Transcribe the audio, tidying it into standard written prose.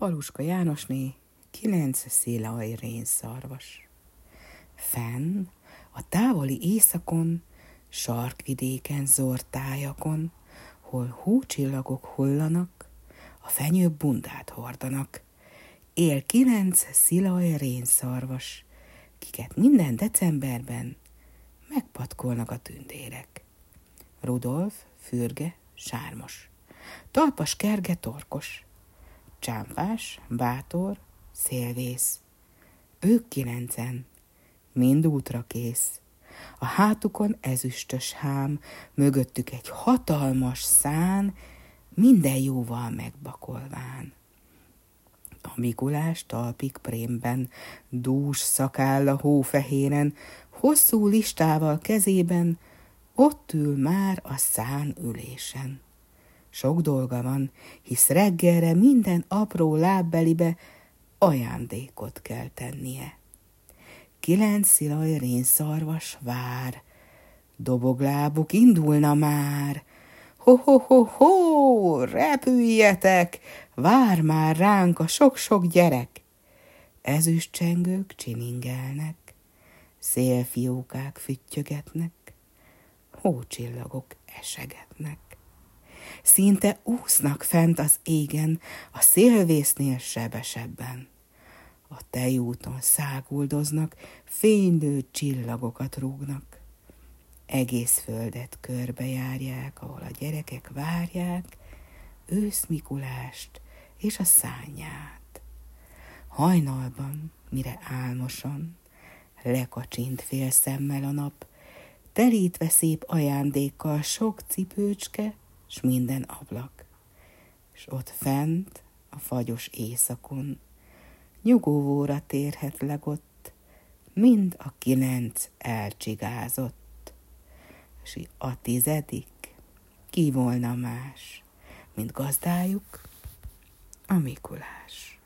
Paluska Jánosné 9 szilaj rénszarvas. Fenn a távoli éjszakon, sarkvidéken, zortájakon, hol hócsillagok hullanak, a fenyők bundát hordanak. Él 9 szilaj rénszarvas, kiket minden decemberben megpatkolnak a tündérek. Rudolf, Fürge, Sármos, Talpas, Kerge, Torkos, Csámpás, Bátor, Szélvész. Ők 9-en, mind útra kész. A hátukon ezüstös hám, mögöttük egy hatalmas szán, minden jóval megbakolván. A Mikulás talpig prémben, dús szakálla hófehéren, hosszú listával kezében, ott ül már a szán ülésen. Sok dolga van, hisz reggelre minden apró lábbelibe ajándékot kell tennie. 9 szilaj rénszarvas vár, doboglábuk indulna már. Ho-ho-ho-ho, repüljetek, vár már ránk a sok-sok gyerek. Ezüstcsengők csiningelnek, szélfiókák füttyögetnek, hócsillagok esegetnek. Szinte úsznak fent az égen, a szélvésznél sebesebben. A tejúton száguldoznak, fénylő csillagokat rúgnak. Egész földet körbejárják, ahol a gyerekek várják ősz Mikulást és a szárnyát. Hajnalban, mire álmosan, lekacsint fél szemmel a nap, telítve szép ajándékkal sok cipőcske, s minden ablak. S ott fent, a fagyos éjszakon, nyugovóra térhet legott, mind a 9 elcsigázott. S a 10. ki volna más, mint gazdájuk, a Mikulás.